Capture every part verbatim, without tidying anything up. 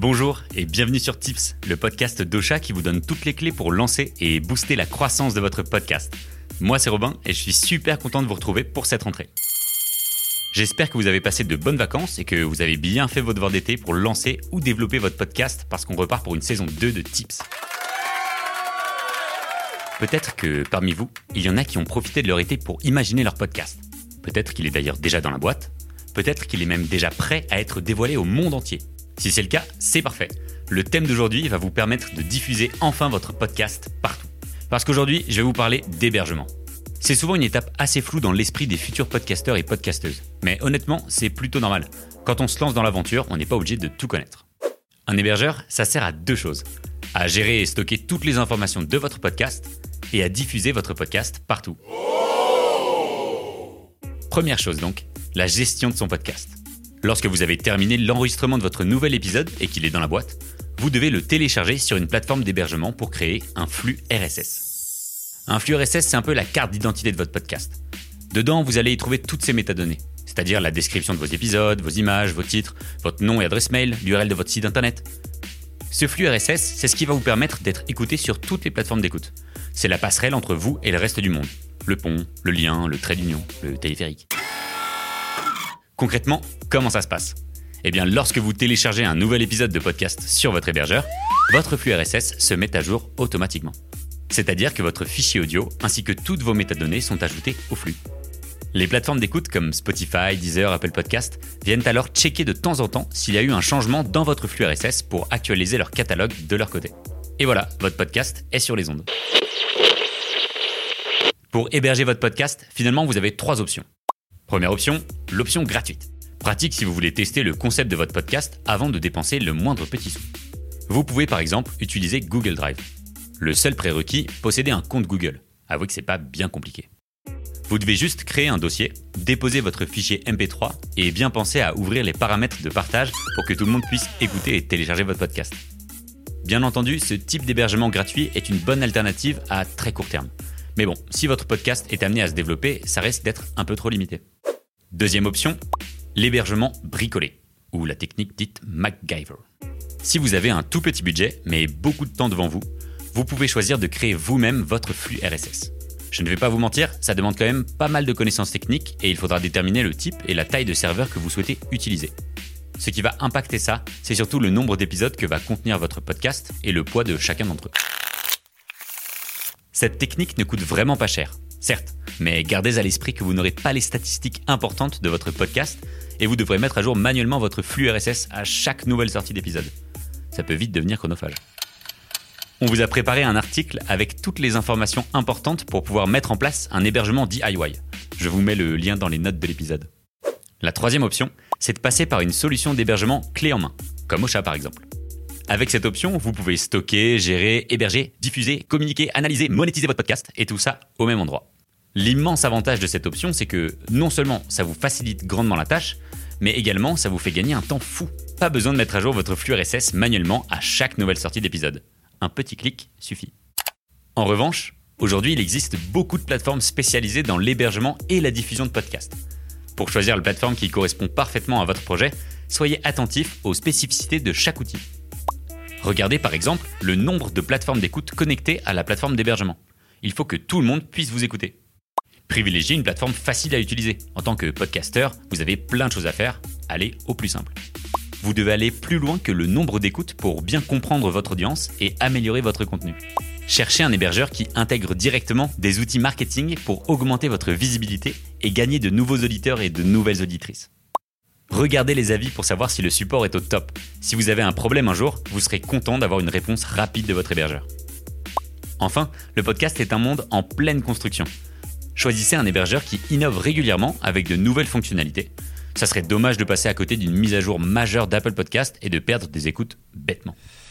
Bonjour et bienvenue sur Tips, le podcast d'Ocha qui vous donne toutes les clés pour lancer et booster la croissance de votre podcast. Moi c'est Robin et je suis super content de vous retrouver pour cette rentrée. J'espère que vous avez passé de bonnes vacances et que vous avez bien fait vos devoirs d'été pour lancer ou développer votre podcast parce qu'on repart pour une saison deux de Tips. Peut-être que parmi vous, il y en a qui ont profité de leur été pour imaginer leur podcast. Peut-être qu'il est d'ailleurs déjà dans la boîte. Peut-être qu'il est même déjà prêt à être dévoilé au monde entier. Si c'est le cas, c'est parfait. Le thème d'aujourd'hui va vous permettre de diffuser enfin votre podcast partout. Parce qu'aujourd'hui, je vais vous parler d'hébergement. C'est souvent une étape assez floue dans l'esprit des futurs podcasteurs et podcasteuses. Mais honnêtement, c'est plutôt normal. Quand on se lance dans l'aventure, on n'est pas obligé de tout connaître. Un hébergeur, ça sert à deux choses. À gérer et stocker toutes les informations de votre podcast et à diffuser votre podcast partout. Première chose donc, la gestion de son podcast. Lorsque vous avez terminé l'enregistrement de votre nouvel épisode et qu'il est dans la boîte, vous devez le télécharger sur une plateforme d'hébergement pour créer un flux R S S. Un flux R S S, c'est un peu la carte d'identité de votre podcast. Dedans, vous allez y trouver toutes ces métadonnées, c'est-à-dire la description de vos épisodes, vos images, vos titres, votre nom et adresse mail, l'U R L de votre site internet. Ce flux R S S, c'est ce qui va vous permettre d'être écouté sur toutes les plateformes d'écoute. C'est la passerelle entre vous et le reste du monde. Le pont, le lien, le trait d'union, le téléphérique. Concrètement, comment ça se passe ? Eh bien, lorsque vous téléchargez un nouvel épisode de podcast sur votre hébergeur, votre flux R S S se met à jour automatiquement. C'est-à-dire que votre fichier audio ainsi que toutes vos métadonnées sont ajoutées au flux. Les plateformes d'écoute comme Spotify, Deezer, Apple Podcast viennent alors checker de temps en temps s'il y a eu un changement dans votre flux R S S pour actualiser leur catalogue de leur côté. Et voilà, votre podcast est sur les ondes. Pour héberger votre podcast, finalement, vous avez trois options. Première option, l'option gratuite. Pratique si vous voulez tester le concept de votre podcast avant de dépenser le moindre petit sou. Vous pouvez par exemple utiliser Google Drive. Le seul prérequis, posséder un compte Google. Avouez que c'est pas bien compliqué. Vous devez juste créer un dossier, déposer votre fichier M P trois et bien penser à ouvrir les paramètres de partage pour que tout le monde puisse écouter et télécharger votre podcast. Bien entendu, ce type d'hébergement gratuit est une bonne alternative à très court terme. Mais bon, si votre podcast est amené à se développer, ça risque d'être un peu trop limité. Deuxième option, l'hébergement bricolé, ou la technique dite MacGyver. Si vous avez un tout petit budget, mais beaucoup de temps devant vous, vous pouvez choisir de créer vous-même votre flux R S S. Je ne vais pas vous mentir, ça demande quand même pas mal de connaissances techniques et il faudra déterminer le type et la taille de serveur que vous souhaitez utiliser. Ce qui va impacter ça, c'est surtout le nombre d'épisodes que va contenir votre podcast et le poids de chacun d'entre eux. Cette technique ne coûte vraiment pas cher, certes, mais gardez à l'esprit que vous n'aurez pas les statistiques importantes de votre podcast et vous devrez mettre à jour manuellement votre flux R S S à chaque nouvelle sortie d'épisode. Ça peut vite devenir chronophage. On vous a préparé un article avec toutes les informations importantes pour pouvoir mettre en place un hébergement D I Y. Je vous mets le lien dans les notes de l'épisode. La troisième option, c'est de passer par une solution d'hébergement clé en main, comme Ocha par exemple. Avec cette option, vous pouvez stocker, gérer, héberger, diffuser, communiquer, analyser, monétiser votre podcast et tout ça au même endroit. L'immense avantage de cette option, c'est que non seulement ça vous facilite grandement la tâche, mais également ça vous fait gagner un temps fou. Pas besoin de mettre à jour votre flux R S S manuellement à chaque nouvelle sortie d'épisode. Un petit clic suffit. En revanche, aujourd'hui, il existe beaucoup de plateformes spécialisées dans l'hébergement et la diffusion de podcasts. Pour choisir la plateforme qui correspond parfaitement à votre projet, soyez attentif aux spécificités de chaque outil. Regardez par exemple le nombre de plateformes d'écoute connectées à la plateforme d'hébergement. Il faut que tout le monde puisse vous écouter. Privilégiez une plateforme facile à utiliser. En tant que podcasteur, vous avez plein de choses à faire. Allez au plus simple. Vous devez aller plus loin que le nombre d'écoutes pour bien comprendre votre audience et améliorer votre contenu. Cherchez un hébergeur qui intègre directement des outils marketing pour augmenter votre visibilité et gagner de nouveaux auditeurs et de nouvelles auditrices. Regardez les avis pour savoir si le support est au top. Si vous avez un problème un jour, vous serez content d'avoir une réponse rapide de votre hébergeur. Enfin, le podcast est un monde en pleine construction. Choisissez un hébergeur qui innove régulièrement avec de nouvelles fonctionnalités. Ça serait dommage de passer à côté d'une mise à jour majeure d'Apple Podcast et de perdre des écoutes bêtement.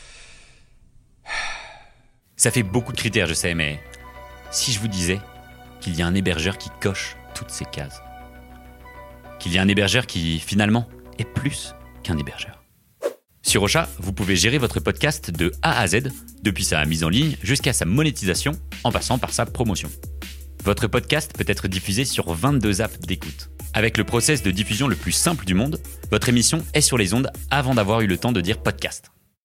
Ça fait beaucoup de critères, je sais, mais si je vous disais qu'il y a un hébergeur qui coche toutes ces cases, qu'il y a un hébergeur qui, finalement, est plus qu'un hébergeur. Sur Ocha, vous pouvez gérer votre podcast de A à Z, depuis sa mise en ligne jusqu'à sa monétisation, en passant par sa promotion. Votre podcast peut être diffusé sur vingt-deux apps d'écoute. Avec le process de diffusion le plus simple du monde, votre émission est sur les ondes avant d'avoir eu le temps de dire podcast.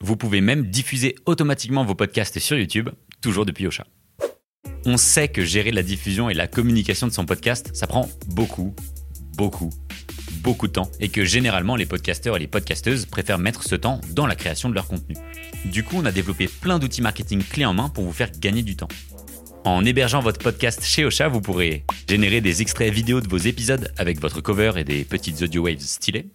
Vous pouvez même diffuser automatiquement vos podcasts sur YouTube, toujours depuis Ocha. On sait que gérer la diffusion et la communication de son podcast, ça prend beaucoup, beaucoup, beaucoup de temps et que généralement les podcasteurs et les podcasteuses préfèrent mettre ce temps dans la création de leur contenu. Du coup, on a développé plein d'outils marketing clés en main pour vous faire gagner du temps. En hébergeant votre podcast chez Ocha, vous pourrez générer des extraits vidéo de vos épisodes avec votre cover et des petites audio waves stylées.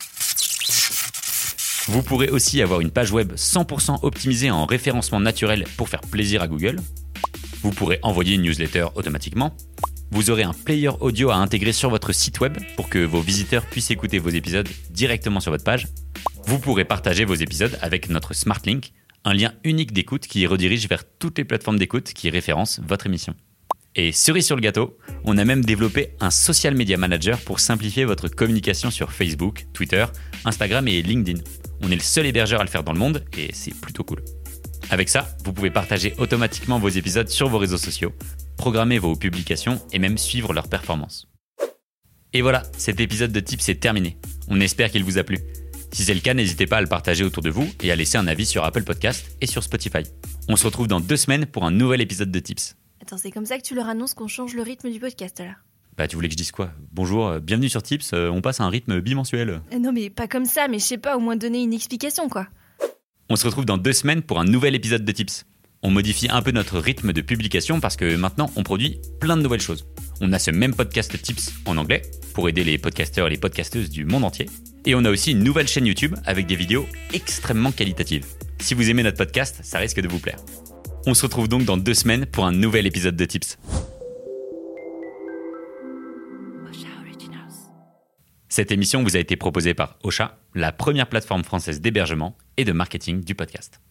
Vous pourrez aussi avoir une page web cent pour cent optimisée en référencement naturel pour faire plaisir à Google. Vous pourrez envoyer une newsletter automatiquement. Vous aurez un player audio à intégrer sur votre site web pour que vos visiteurs puissent écouter vos épisodes directement sur votre page. Vous pourrez partager vos épisodes avec notre Smart Link, un lien unique d'écoute qui redirige vers toutes les plateformes d'écoute qui référencent votre émission. Et cerise sur le gâteau, on a même développé un social media manager pour simplifier votre communication sur Facebook, Twitter, Instagram et LinkedIn. On est le seul hébergeur à le faire dans le monde et c'est plutôt cool. Avec ça, vous pouvez partager automatiquement vos épisodes sur vos réseaux sociaux, programmer vos publications et même suivre leurs performances. Et voilà, cet épisode de Tips est terminé. On espère qu'il vous a plu. Si c'est le cas, n'hésitez pas à le partager autour de vous et à laisser un avis sur Apple Podcast et sur Spotify. On se retrouve dans deux semaines pour un nouvel épisode de Tips. Attends, c'est comme ça que tu leur annonces qu'on change le rythme du podcast alors ? Bah tu voulais que je dise quoi ? Bonjour, euh, bienvenue sur Tips, euh, on passe à un rythme bimensuel. euh, Non mais pas comme ça, mais je sais pas, au moins donner une explication quoi. On se retrouve dans deux semaines pour un nouvel épisode de Tips. On modifie un peu notre rythme de publication parce que maintenant on produit plein de nouvelles choses. On a ce même podcast Tips en anglais pour aider les podcasteurs et les podcasteuses du monde entier. Et on a aussi une nouvelle chaîne YouTube avec des vidéos extrêmement qualitatives. Si vous aimez notre podcast, ça risque de vous plaire. On se retrouve donc dans deux semaines pour un nouvel épisode de Tips. Cette émission vous a été proposée par Ocha, la première plateforme française d'hébergement et de marketing du podcast.